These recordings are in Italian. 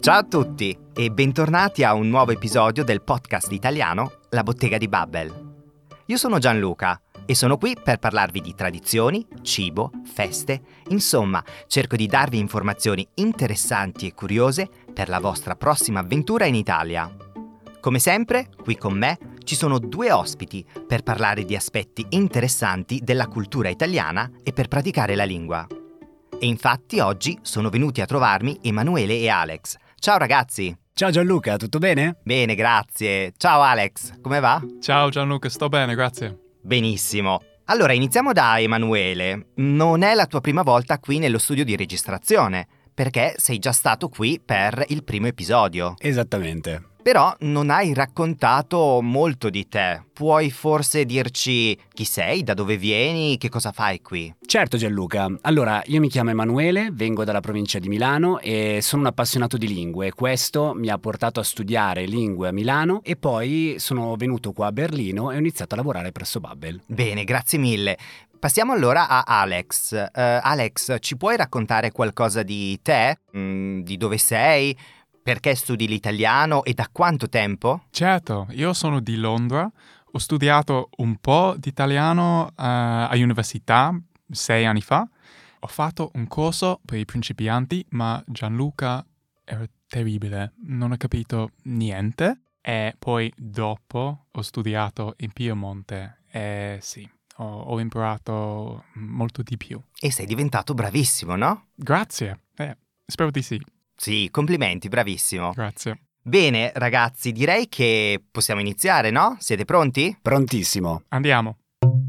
Ciao a tutti e bentornati a un nuovo episodio del podcast italiano La Bottega di Babbel. Io sono Gianluca e sono qui per parlarvi di tradizioni, cibo, feste, insomma, cerco di darvi informazioni interessanti e curiose per la vostra prossima avventura in Italia. Come sempre, qui con me ci sono due ospiti per parlare di aspetti interessanti della cultura italiana e per praticare la lingua. E infatti oggi sono venuti a trovarmi Emanuele e Alex. Ciao ragazzi! Ciao Gianluca, tutto bene? Bene, grazie. Ciao Alex, come va? Ciao Gianluca, sto bene, grazie. Benissimo. Allora, iniziamo da Emanuele. Non è la tua prima volta qui nello studio di registrazione, perché sei già stato qui per il primo episodio. Esattamente. Però non hai raccontato molto di te. Puoi forse dirci chi sei, da dove vieni, che cosa fai qui? Certo Gianluca, allora io mi chiamo Emanuele, vengo dalla provincia di Milano e sono un appassionato di lingue. Questo mi ha portato a studiare lingue a Milano e poi sono venuto qua a Berlino e ho iniziato a lavorare presso Babbel. Bene, grazie mille. Passiamo allora a Alex. Alex, ci puoi raccontare qualcosa di te? Di dove sei? Perché studi l'italiano e da quanto tempo? Certo, io sono di Londra, ho studiato un po' di italiano all'università 6 anni fa. Ho fatto un corso per i principianti, ma Gianluca era terribile, non ho capito niente. E poi dopo ho studiato in Piemonte e sì, ho imparato molto di più. E sei diventato bravissimo, no? Grazie, spero di sì. Sì, complimenti, bravissimo. Grazie. Bene, ragazzi, direi che possiamo iniziare, no? Siete pronti? Prontissimo. Andiamo.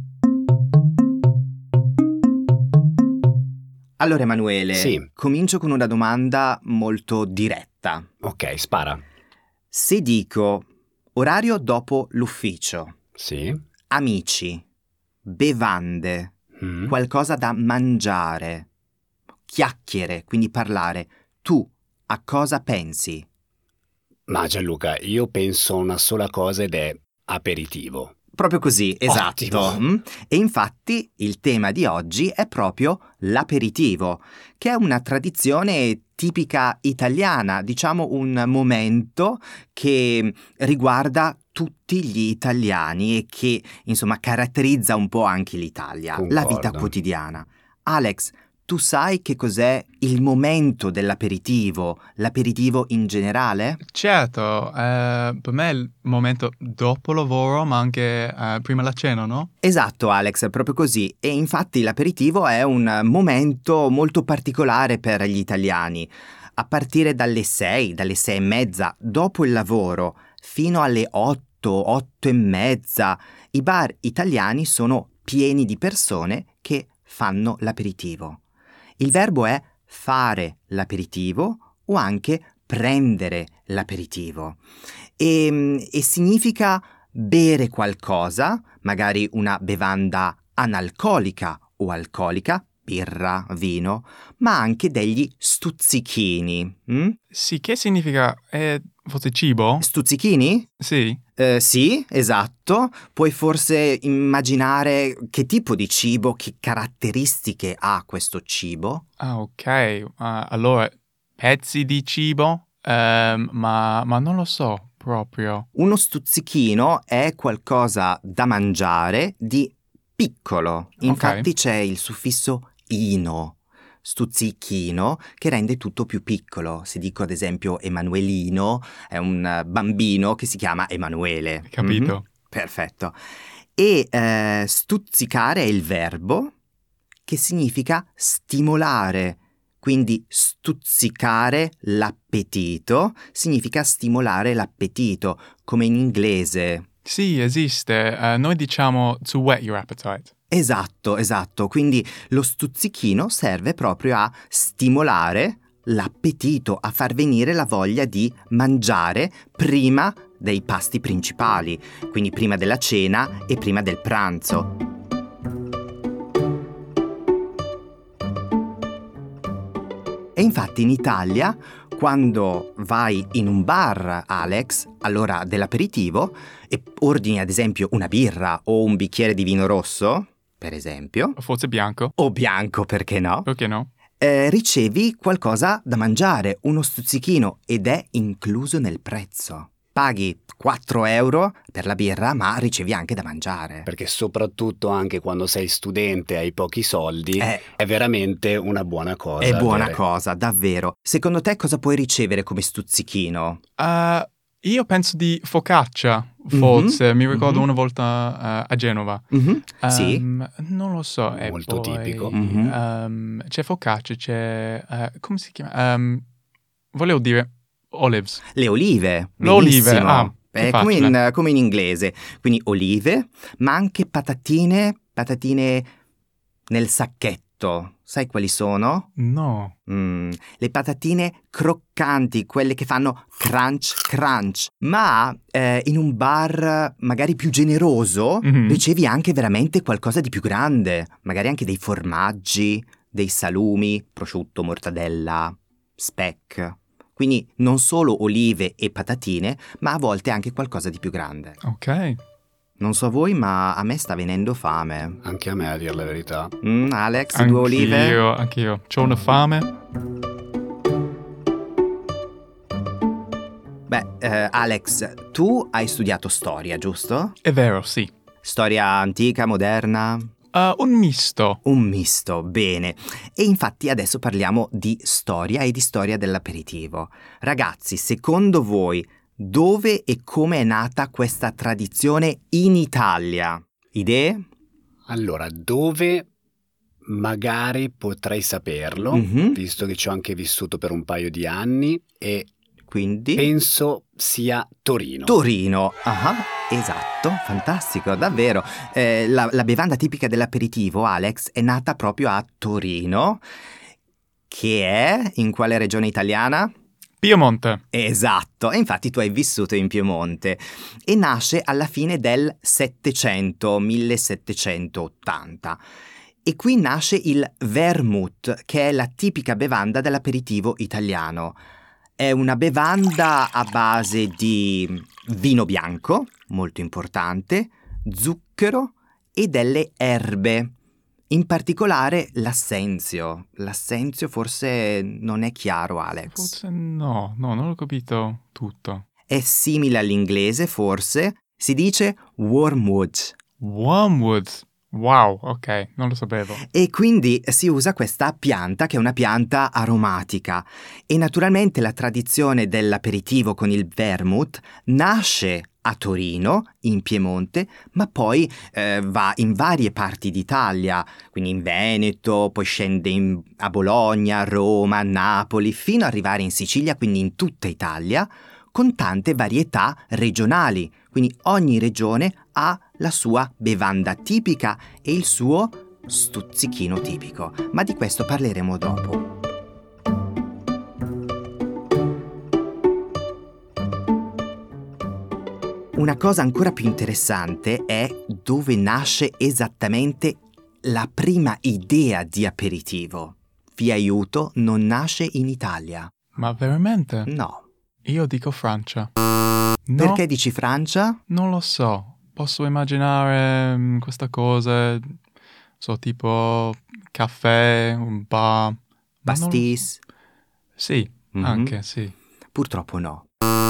Allora, Emanuele, Sì. Comincio con una domanda molto diretta. Ok, spara. Se dico orario dopo l'ufficio, Sì. amici, bevande, qualcosa da mangiare, chiacchiere, quindi parlare, tu a cosa pensi? Ma Gianluca, io penso a una sola cosa ed è aperitivo. Proprio così, esatto. Ottimo. E infatti il tema di oggi è proprio l'aperitivo, che è una tradizione tipica italiana, diciamo un momento che riguarda tutti gli italiani e che, insomma, caratterizza un po' anche l'Italia, la vita Concordo. quotidiana. Alex, tu sai che cos'è il momento dell'aperitivo, l'aperitivo in generale? Certo, per me è il momento dopo lavoro, ma anche prima la cena, no? Esatto, Alex, è proprio così. E infatti l'aperitivo è un momento molto particolare per gli italiani. A partire dalle 6 e mezza, dopo il lavoro, fino alle 8 e mezza, i bar italiani sono pieni di persone che fanno l'aperitivo. Il verbo è fare l'aperitivo o anche prendere l'aperitivo e significa bere qualcosa, magari una bevanda analcolica o alcolica, birra, vino, ma anche degli stuzzichini. Sì, che significa? Forse cibo? Stuzzichini? Sì. Sì, esatto. Puoi forse immaginare che tipo di cibo, che caratteristiche ha questo cibo? Ah, ok. Allora, pezzi di cibo? Ma non lo so proprio. Uno stuzzichino è qualcosa da mangiare di piccolo. Infatti c'è il suffisso ino, stuzzichino, che rende tutto più piccolo. Se dico ad esempio Emanuelino, è un bambino che si chiama Emanuele. Capito. Perfetto. E stuzzicare è il verbo che significa stimolare. Quindi stuzzicare l'appetito significa stimolare l'appetito, come in inglese. Sì, esiste. Noi diciamo to whet your appetite. Esatto. Quindi lo stuzzichino serve proprio a stimolare l'appetito, a far venire la voglia di mangiare prima dei pasti principali, quindi prima della cena e prima del pranzo. E infatti in Italia, quando vai in un bar, Alex, all'ora dell'aperitivo, e ordini ad esempio una birra o un bicchiere di vino rosso, per esempio, Forse bianco. o bianco, perché no? Perché no? ricevi qualcosa da mangiare, uno stuzzichino, ed è incluso nel prezzo. Paghi 4 euro per la birra, ma ricevi anche da mangiare. Perché soprattutto anche quando sei studente e hai pochi soldi, è veramente una buona cosa. È buona cosa, davvero. Secondo te cosa puoi ricevere come stuzzichino? Io penso di focaccia, forse. Mi ricordo una volta a Genova. Sì. Non lo so. Molto tipico. C'è focaccia, c'è... come si chiama? Volevo dire olives. Le olive. Le olive, benissimo. Come in inglese. Quindi olive, ma anche patatine nel sacchetto. Sai quali sono? No. Le patatine croccanti, quelle che fanno crunch crunch. Ma in un bar magari più generoso ricevi anche veramente qualcosa di più grande. Magari anche dei formaggi, dei salumi, prosciutto, mortadella, speck. Quindi non solo olive e patatine, ma a volte anche qualcosa di più grande. Ok. Non so voi, ma a me sta venendo fame. Anche a me, a dire la verità. Alex, 2 olive? Anch'io. C'ho una fame. Beh, Alex, tu hai studiato storia, giusto? È vero, sì. Storia antica, moderna? Un misto. Un misto, bene. E infatti adesso parliamo di storia e di storia dell'aperitivo. Ragazzi, secondo voi, dove e come è nata questa tradizione in Italia? Idee? Allora, dove magari potrei saperlo, visto che ci ho anche vissuto per un paio di anni, e quindi penso sia Torino. Torino, esatto, fantastico, davvero. La bevanda tipica dell'aperitivo, Alex, è nata proprio a Torino, che è in quale regione italiana? Piemonte. Esatto, e infatti tu hai vissuto in Piemonte e nasce alla fine del 1780. E qui nasce il vermouth, che è la tipica bevanda dell'aperitivo italiano. È una bevanda a base di vino bianco, molto importante, zucchero e delle erbe. In particolare l'assenzio. L'assenzio forse non è chiaro, Alex. Forse no, non ho capito tutto. È simile all'inglese, forse. Si dice wormwood. Wormwood. Wow, ok, non lo sapevo. E quindi si usa questa pianta, che è una pianta aromatica. E naturalmente la tradizione dell'aperitivo con il vermouth nasce a Torino, in Piemonte, ma poi va in varie parti d'Italia, quindi in Veneto, poi scende a Bologna, Roma, Napoli, fino ad arrivare in Sicilia, quindi in tutta Italia, con tante varietà regionali. Quindi ogni regione ha la sua bevanda tipica e il suo stuzzichino tipico, ma di questo parleremo dopo. Una cosa ancora più interessante è dove nasce esattamente la prima idea di aperitivo. Vi aiuto, non nasce in Italia. Ma veramente? No. Io dico Francia. No, perché dici Francia? Non lo so. Posso immaginare questa cosa, tipo caffè, un bar. Pastis? Sì, anche, sì. Purtroppo no.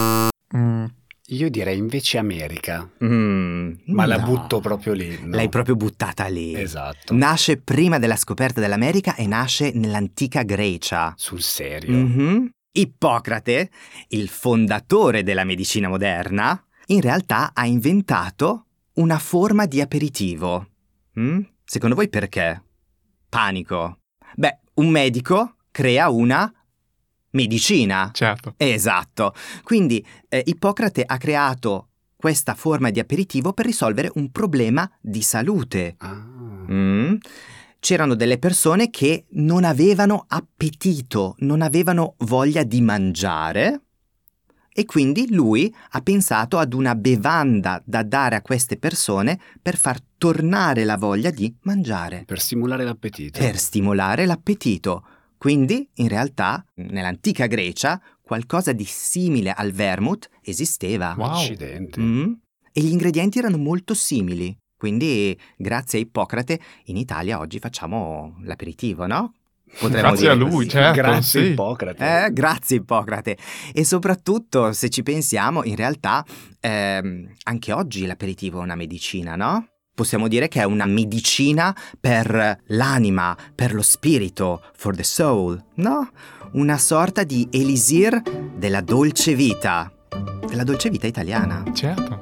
Io direi invece America, ma la butto proprio lì. No? L'hai proprio buttata lì. Esatto. Nasce prima della scoperta dell'America e nasce nell'antica Grecia. Sul serio? Ippocrate, il fondatore della medicina moderna, in realtà ha inventato una forma di aperitivo. Secondo voi perché? Panico. Beh, un medico crea una medicina. Certo. Esatto. Quindi Ippocrate ha creato questa forma di aperitivo per risolvere un problema di salute. C'erano delle persone che non avevano appetito, non avevano voglia di mangiare, e quindi lui ha pensato ad una bevanda da dare a queste persone per far tornare la voglia di mangiare. Per stimolare l'appetito. Per stimolare l'appetito. Quindi, in realtà, nell'antica Grecia, qualcosa di simile al vermouth esisteva. Wow. Accidenti. E gli ingredienti erano molto simili. Quindi, grazie a Ippocrate, in Italia oggi facciamo l'aperitivo, no? potremmo Grazie dire a lui, così. certo. Grazie sì. Ippocrate. Grazie Ippocrate. E soprattutto, se ci pensiamo, in realtà anche oggi l'aperitivo è una medicina, no? Possiamo dire che è una medicina per l'anima, per lo spirito, for the soul, no? Una sorta di elisir della dolce vita italiana. Certo.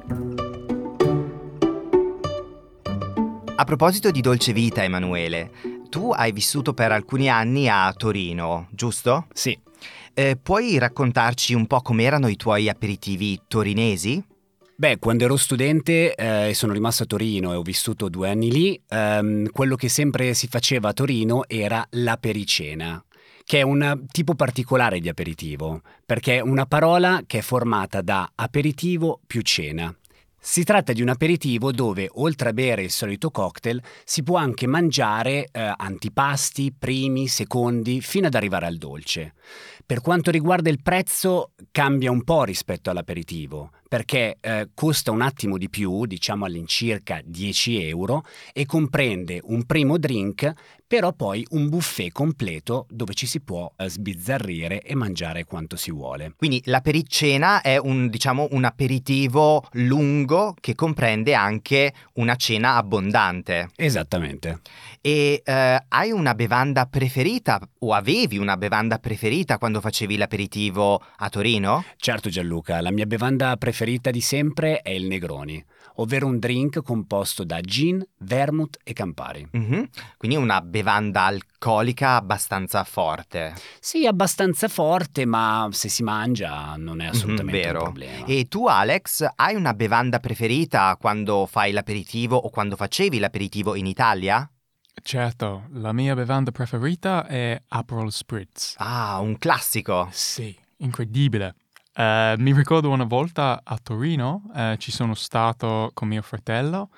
A proposito di dolce vita, Emanuele, tu hai vissuto per alcuni anni a Torino, giusto? Sì. Puoi raccontarci un po' com'erano i tuoi aperitivi torinesi? Beh, quando ero studente e sono rimasto a Torino e ho vissuto 2 anni lì, quello che sempre si faceva a Torino era l'apericena, che è un tipo particolare di aperitivo, perché è una parola che è formata da aperitivo più cena. Si tratta di un aperitivo dove, oltre a bere il solito cocktail, si può anche mangiare antipasti, primi, secondi, fino ad arrivare al dolce. Per quanto riguarda il prezzo, cambia un po' rispetto all'aperitivo, perché costa un attimo di più, diciamo all'incirca 10 euro, e comprende un primo drink, però poi un buffet completo dove ci si può sbizzarrire e mangiare quanto si vuole. Quindi l'apericena è un aperitivo lungo che comprende anche una cena abbondante. Esattamente. E hai una bevanda preferita o avevi una bevanda preferita quando facevi l'aperitivo a Torino? Certo Gianluca, la mia bevanda preferita di sempre è il Negroni, ovvero un drink composto da gin, vermouth e Campari. Mhm. Quindi una bevanda alcolica abbastanza forte. Sì, abbastanza forte, ma se si mangia non è assolutamente Vero. un problema. E tu, Alex, hai una bevanda preferita quando fai l'aperitivo o quando facevi l'aperitivo in Italia? Certo, la mia bevanda preferita è Aperol Spritz. Ah, un classico. Sì, incredibile. Mi ricordo una volta a Torino, ci sono stato con mio fratello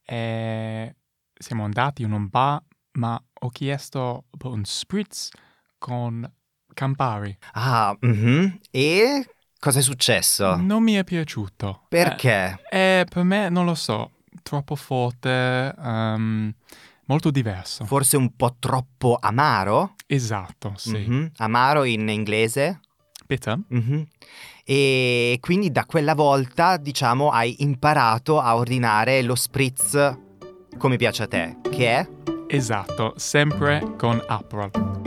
e siamo andati in un bar, ma ho chiesto un spritz con Campari. Ah, e cosa è successo? Non mi è piaciuto. Perché? Per me, non lo so, troppo forte, molto diverso. Forse un po' troppo amaro? Esatto, sì. Amaro in inglese? Bitter? E quindi da quella volta, diciamo, hai imparato a ordinare lo spritz come piace a te, che è? Esatto, sempre con Aperol.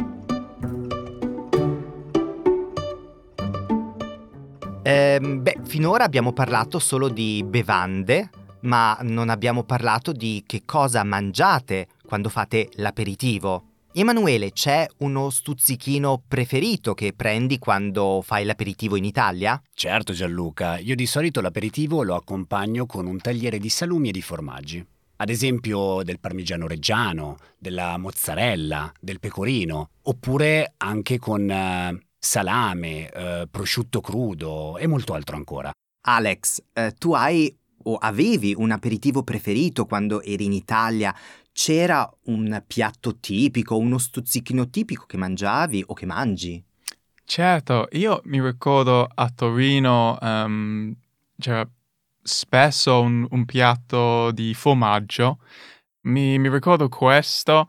Finora abbiamo parlato solo di bevande, ma non abbiamo parlato di che cosa mangiate quando fate l'aperitivo. Emanuele, c'è uno stuzzichino preferito che prendi quando fai l'aperitivo in Italia? Certo Gianluca, io di solito l'aperitivo lo accompagno con un tagliere di salumi e di formaggi. Ad esempio del parmigiano reggiano, della mozzarella, del pecorino, oppure anche con salame, prosciutto crudo e molto altro ancora. Alex, tu hai o avevi un aperitivo preferito quando eri in Italia? C'era un piatto tipico, uno stuzzichino tipico che mangiavi o che mangi? Certo, io mi ricordo a Torino c'era spesso un piatto di formaggio. Mi ricordo questo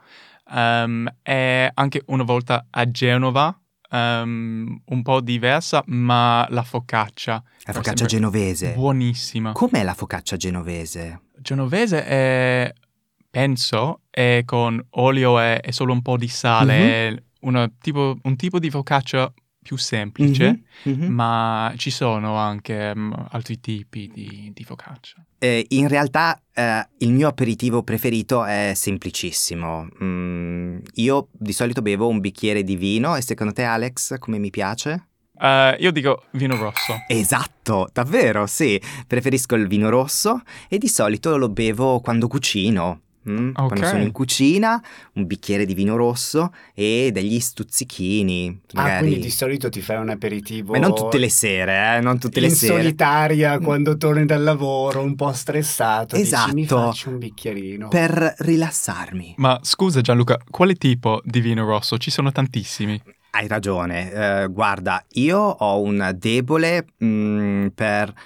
e anche una volta a Genova, un po' diversa, ma la focaccia. La focaccia genovese. Buonissima. Com'è la focaccia genovese? Genovese è, penso, è con olio e solo un po' di sale. È un tipo di focaccia più semplice, ma ci sono anche altri tipi di focaccia. In realtà il mio aperitivo preferito è semplicissimo. Io di solito bevo un bicchiere di vino e secondo te, Alex, come mi piace? Io dico vino rosso. Esatto, davvero, sì. Preferisco il vino rosso e di solito lo bevo quando cucino. Quando sono in cucina, un bicchiere di vino rosso e degli stuzzichini. Magari. Quindi di solito ti fai un aperitivo... Ma non tutte le sere, non tutte le sere. In solitaria, quando torni dal lavoro, un po' stressato, esatto, dici mi faccio un bicchierino. Per rilassarmi. Ma scusa Gianluca, quale tipo di vino rosso? Ci sono tantissimi. Hai ragione, guarda, io ho un debole per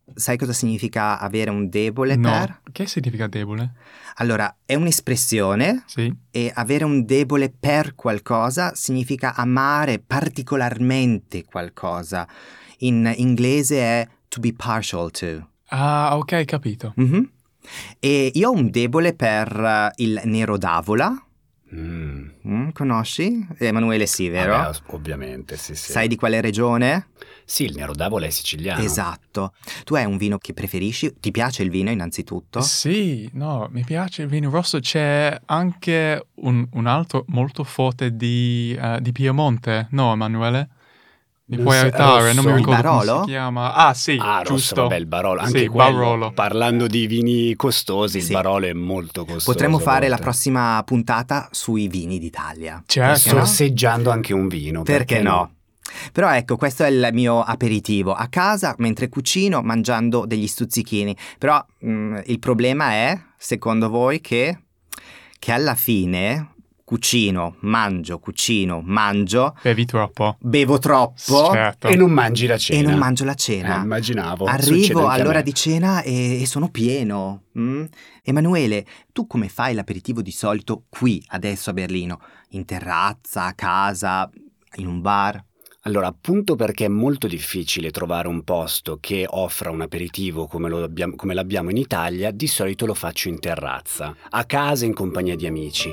sai cosa significa avere un debole No. per? Che significa debole? Allora, è un'espressione Sì. e avere un debole per qualcosa significa amare particolarmente qualcosa. In inglese è to be partial to. Ah, ok, capito. Mhm. E io ho un debole per il nero d'avola. Conosci? Emanuele sì, vero? Vabbè, ovviamente, sì. Sai di quale regione? Sì, il nero d'avola è siciliano. Esatto. Tu hai un vino che preferisci? Ti piace il vino innanzitutto? Sì, no, mi piace il vino rosso. C'è anche un altro molto forte di Piemonte, no, Emanuele? Mi Non puoi so- aiutare? Non mi rosso? ricordo Il come si Barolo? chiama. Ah, sì, Ah, rosso, giusto. vabbè, il Barolo. Anche Sì, quello, Barolo. parlando di vini costosi, il Sì. Barolo è molto costoso. Potremmo a fare la volte. prossima puntata sui vini d'Italia. E Certo. no? sorseggiando anche un vino. Perché no? Però ecco, questo è il mio aperitivo a casa mentre cucino, mangiando degli stuzzichini. Però il problema è, secondo voi, che alla fine cucino, mangio, Bevi troppo. bevo troppo Certo. E non mangi la cena. e non mangio la cena. Immaginavo. Succede Arrivo anche a all'ora me. di cena e sono pieno. Emanuele, tu come fai l'aperitivo di solito qui, adesso a Berlino? In terrazza, a casa, in un bar? Allora, appunto perché è molto difficile trovare un posto che offra un aperitivo come l'abbiamo in Italia, di solito lo faccio in terrazza, a casa in compagnia di amici.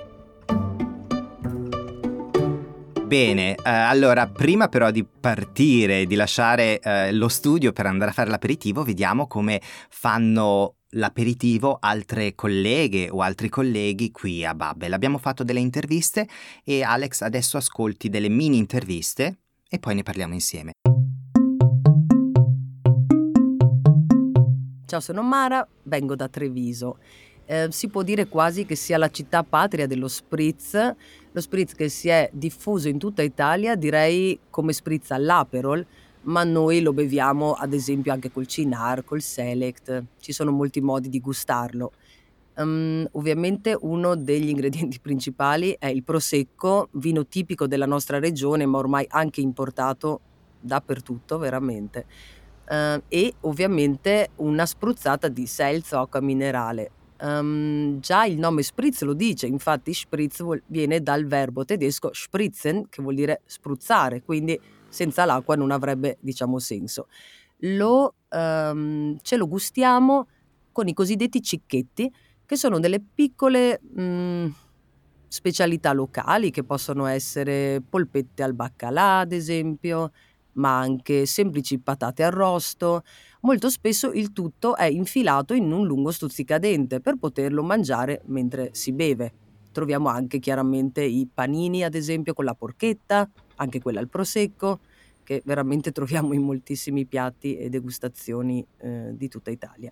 Bene, allora prima però di partire, di lasciare lo studio per andare a fare l'aperitivo, vediamo come fanno l'aperitivo altre colleghe o altri colleghi qui a Babbel. Abbiamo fatto delle interviste e Alex adesso ascolti delle mini interviste e poi ne parliamo insieme. Ciao, sono Mara, vengo da Treviso. Si può dire quasi che sia la città patria dello spritz, lo spritz che si è diffuso in tutta Italia, direi come spritz all'Aperol, ma noi lo beviamo ad esempio anche col Cynar, col Select, ci sono molti modi di gustarlo. Ovviamente uno degli ingredienti principali è il Prosecco, vino tipico della nostra regione, ma ormai anche importato dappertutto, veramente. E ovviamente una spruzzata di Seltz o acqua minerale. Già il nome spritz lo dice, infatti spritz viene dal verbo tedesco spritzen, che vuol dire spruzzare, quindi senza l'acqua non avrebbe, diciamo, senso. Ce lo gustiamo con i cosiddetti cicchetti, che sono delle piccole specialità locali che possono essere polpette al baccalà, ad esempio, ma anche semplici patate arrosto. Molto spesso il tutto è infilato in un lungo stuzzicadente per poterlo mangiare mentre si beve. Troviamo anche chiaramente i panini, ad esempio, con la porchetta, anche quella al prosecco, che veramente troviamo in moltissimi piatti e degustazioni di tutta Italia.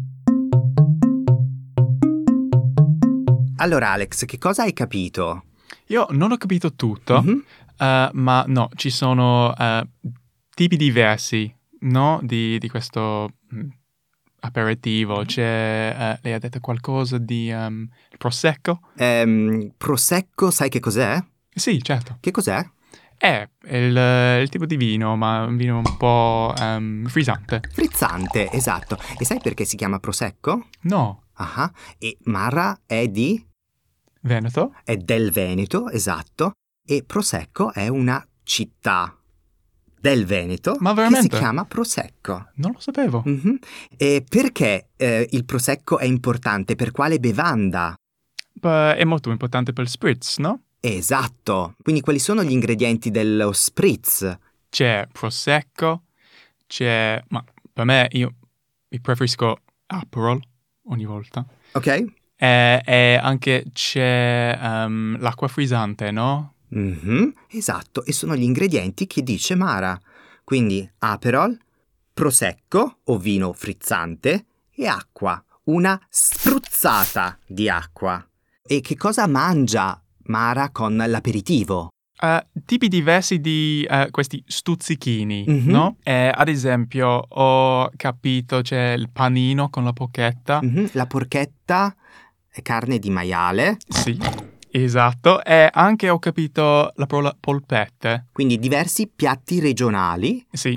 Allora Alex, che cosa hai capito? Io non ho capito tutto, Mhm. ma no, ci sono tipi diversi, no, di questo aperitivo. C'è, lei ha detto qualcosa di prosecco? Prosecco, sai che cos'è? Sì, certo. Che cos'è? È il tipo di vino, ma un vino un po' frizzante. Frizzante, esatto. E sai perché si chiama Prosecco? No, Ah, e Mara è di? Veneto? È del Veneto, esatto. E Prosecco è una città del Veneto Ma che veramente? si chiama Prosecco. Non lo sapevo. Mhm. E perché il Prosecco è importante? Per quale bevanda? Beh, è molto importante per il spritz, no? Esatto. Quindi quali sono gli ingredienti dello spritz? C'è prosecco, ma per me io mi preferisco Aperol ogni volta. Ok? E anche c'è l'acqua frizzante, no? Mhm, esatto, e sono gli ingredienti che dice Mara. Quindi Aperol, Prosecco o vino frizzante e acqua, una spruzzata di acqua. E che cosa mangia Mara con l'aperitivo? Tipi diversi di questi stuzzichini, Mhm. no? Ad esempio, ho capito c'è il panino con la porchetta. Mhm, la porchetta è carne di maiale, Sì, esatto. E anche ho capito la parola polpette. quindi diversi piatti regionali. Sì.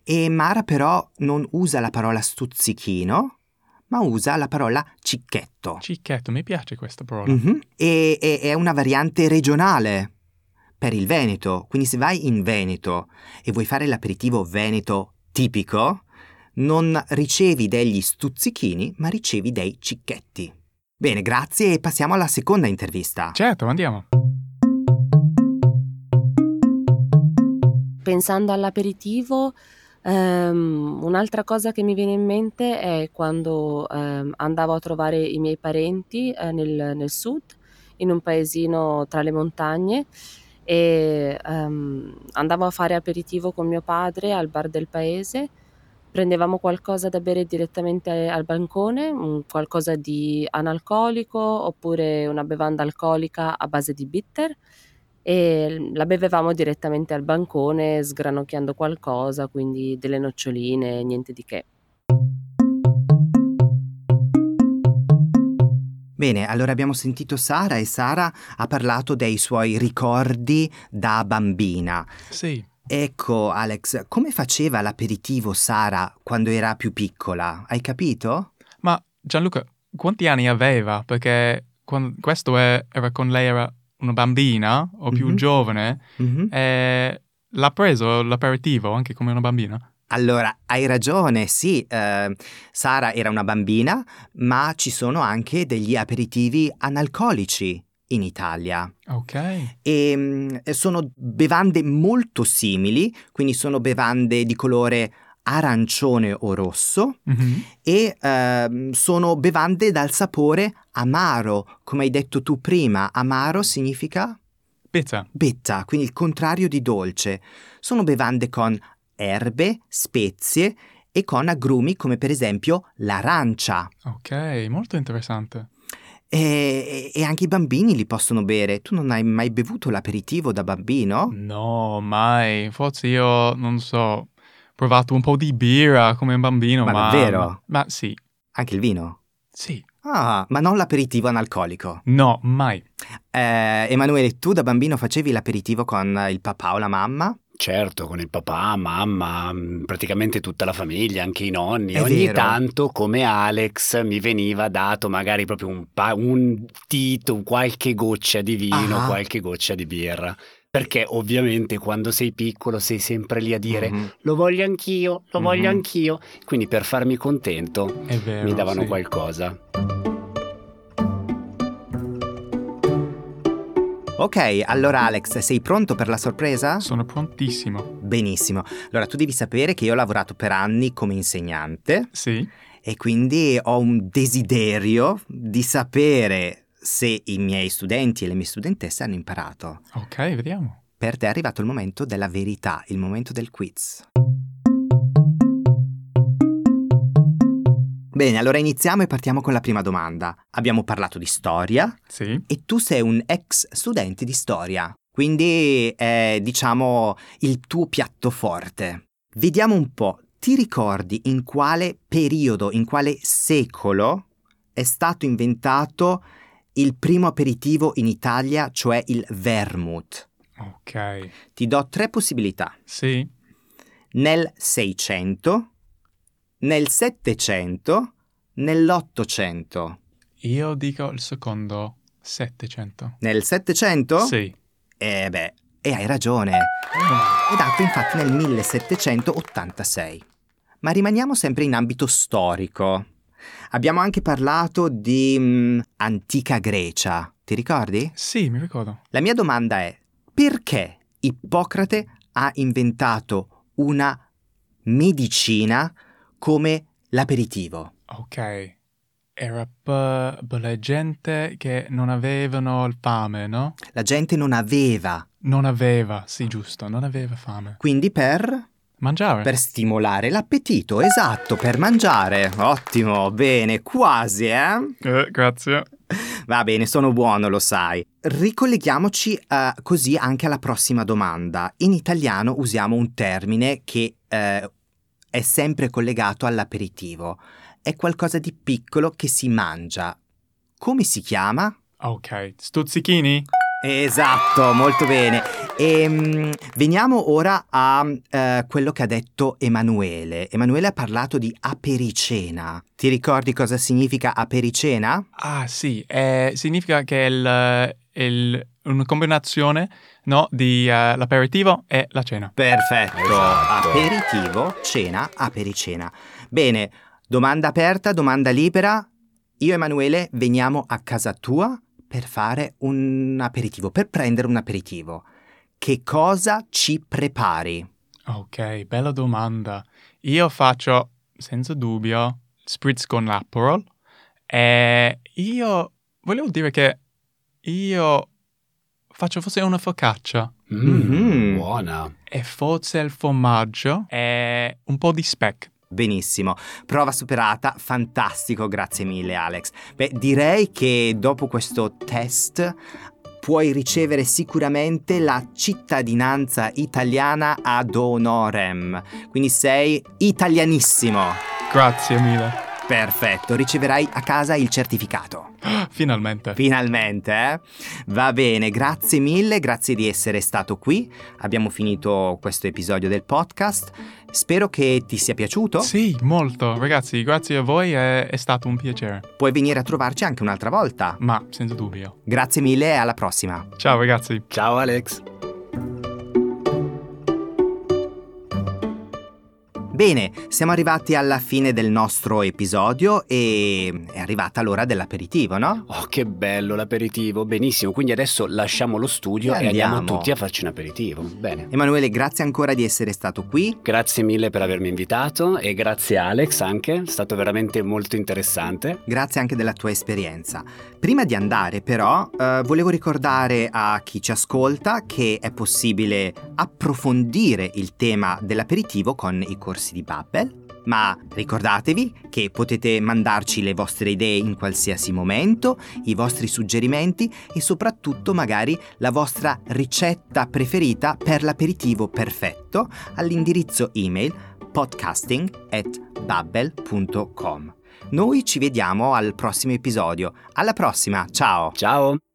E Mara però non usa la parola stuzzichino, ma usa la parola cicchetto. Cicchetto, mi piace questa parola. E è una variante regionale per il Veneto. Quindi se vai in Veneto e vuoi fare l'aperitivo veneto tipico, non ricevi degli stuzzichini, ma ricevi dei cicchetti. Bene, grazie, e passiamo alla seconda intervista. Certo, andiamo. Pensando all'aperitivo, un'altra cosa che mi viene in mente è quando andavo a trovare i miei parenti nel sud, in un paesino tra le montagne, e andavo a fare aperitivo con mio padre al bar del paese. Prendevamo qualcosa da bere direttamente al bancone, qualcosa di analcolico oppure una bevanda alcolica a base di bitter, e la bevevamo direttamente al bancone sgranocchiando qualcosa, quindi delle noccioline, niente di che. Bene, allora abbiamo sentito Sara e Sara ha parlato dei suoi ricordi da bambina. Sì. Ecco, Alex, come faceva l'aperitivo Sara quando era più piccola? Hai capito? Ma Gianluca, quanti anni aveva? Perché era con lei era una bambina o più giovane e l'ha preso l'aperitivo anche come una bambina? Allora, hai ragione, sì, Sara era una bambina, ma ci sono anche degli aperitivi analcolici in Italia. Ok. E sono bevande molto simili, quindi sono bevande di colore arancione o rosso e sono bevande dal sapore amaro, come hai detto tu prima. Amaro significa? Betta, quindi il contrario di dolce. Sono bevande con erbe, spezie e con agrumi come per esempio l'arancia. Ok, molto interessante. E anche i bambini li possono bere. Tu non hai mai bevuto l'aperitivo da bambino? No, mai. Forse io, non so, ho provato un po' di birra come un bambino, Ma ma... davvero? Ma sì. Anche il vino? Sì. Ah, ma non l'aperitivo analcolico? No, mai. Emanuele, tu da bambino facevi l'aperitivo con il papà o la mamma? Certo, con il papà, mamma, praticamente tutta la famiglia, anche i nonni. È Ogni vero. tanto, come Alex, mi veniva dato magari proprio un tito, qualche goccia di vino, Ah. qualche goccia di birra. Perché ovviamente quando sei piccolo sei sempre lì a dire lo voglio anch'io, lo voglio anch'io. Quindi per farmi contento È vero, mi davano sì. qualcosa. Ok, allora Alex, sei pronto per la sorpresa? Sono prontissimo. Benissimo. Allora tu devi sapere che io ho lavorato per anni come insegnante Sì? e quindi ho un desiderio di sapere se i miei studenti e le mie studentesse hanno imparato. Ok, vediamo. Per te è arrivato il momento della verità, il momento del quiz. Bene, allora iniziamo e partiamo con la prima domanda. Abbiamo parlato di storia Sì? e tu sei un ex studente di storia, quindi è, diciamo, il tuo piatto forte. Vediamo un po', ti ricordi in quale periodo, in quale secolo è stato inventato il primo aperitivo in Italia, cioè il vermouth? Ok. Ti do 3 possibilità. Sì? Nel 600, nel 700, nell'800. Io dico il secondo, 700. Nel 700? Sì. E hai ragione. È nato infatti nel 1786. Ma rimaniamo sempre in ambito storico. Abbiamo anche parlato di antica Grecia. Ti ricordi? Sì, mi ricordo. La mia domanda è: perché Ippocrate ha inventato una medicina come l'aperitivo? Ok. Era per la gente che non avevano fame, no? La gente non aveva, Non aveva, sì, giusto, non aveva fame. quindi per Mangiare. stimolare l'appetito, esatto, per mangiare. Ottimo, bene, quasi, Grazie. Va bene, sono buono, lo sai. Ricolleghiamoci così anche alla prossima domanda. In italiano usiamo un termine che è sempre collegato all'aperitivo. È qualcosa di piccolo che si mangia. Come si chiama? Ok, stuzzichini? Esatto, molto bene. Veniamo ora a quello che ha detto Emanuele. Emanuele ha parlato di apericena. Ti ricordi cosa significa apericena? Ah sì, significa che è una combinazione, no, di l'aperitivo e la cena. Perfetto, Esatto. aperitivo, cena, apericena. Bene, domanda aperta, domanda libera. Io e Emanuele veniamo a casa tua per fare un aperitivo, per prendere un aperitivo. Che cosa ci prepari? Ok, bella domanda. Io faccio, senza dubbio, spritz con l'Aperol e io volevo dire che io faccio forse una focaccia Mhm. Buona. e forse il formaggio e un po' di speck. Benissimo, prova superata, fantastico, grazie mille Alex. Beh, direi che dopo questo test puoi ricevere sicuramente la cittadinanza italiana ad honorem, quindi sei italianissimo. Grazie mille. Perfetto, riceverai a casa il certificato. Finalmente. Finalmente, eh? Va bene, grazie mille, grazie di essere stato qui. Abbiamo finito questo episodio del podcast. Spero che ti sia piaciuto. Sì, molto. Ragazzi, grazie a voi, è stato un piacere. Puoi venire a trovarci anche un'altra volta. Ma senza dubbio. Grazie mille e alla prossima. Ciao ragazzi. Ciao Alex. Bene, siamo arrivati alla fine del nostro episodio e è arrivata l'ora dell'aperitivo, no? Oh, che bello l'aperitivo. Benissimo, quindi adesso lasciamo lo studio E e andiamo andiamo. tutti a farci un aperitivo. Bene. Emanuele, grazie ancora di essere stato qui. Grazie mille per avermi invitato e grazie Alex anche, è stato veramente molto interessante. Grazie anche della tua esperienza. Prima di andare però volevo ricordare a chi ci ascolta che è possibile approfondire il tema dell'aperitivo con i corsi di Babbel, ma ricordatevi che potete mandarci le vostre idee in qualsiasi momento, i vostri suggerimenti e soprattutto magari la vostra ricetta preferita per l'aperitivo perfetto all'indirizzo email podcasting@babbel.com. Noi ci vediamo al prossimo episodio. Alla prossima, ciao! Ciao!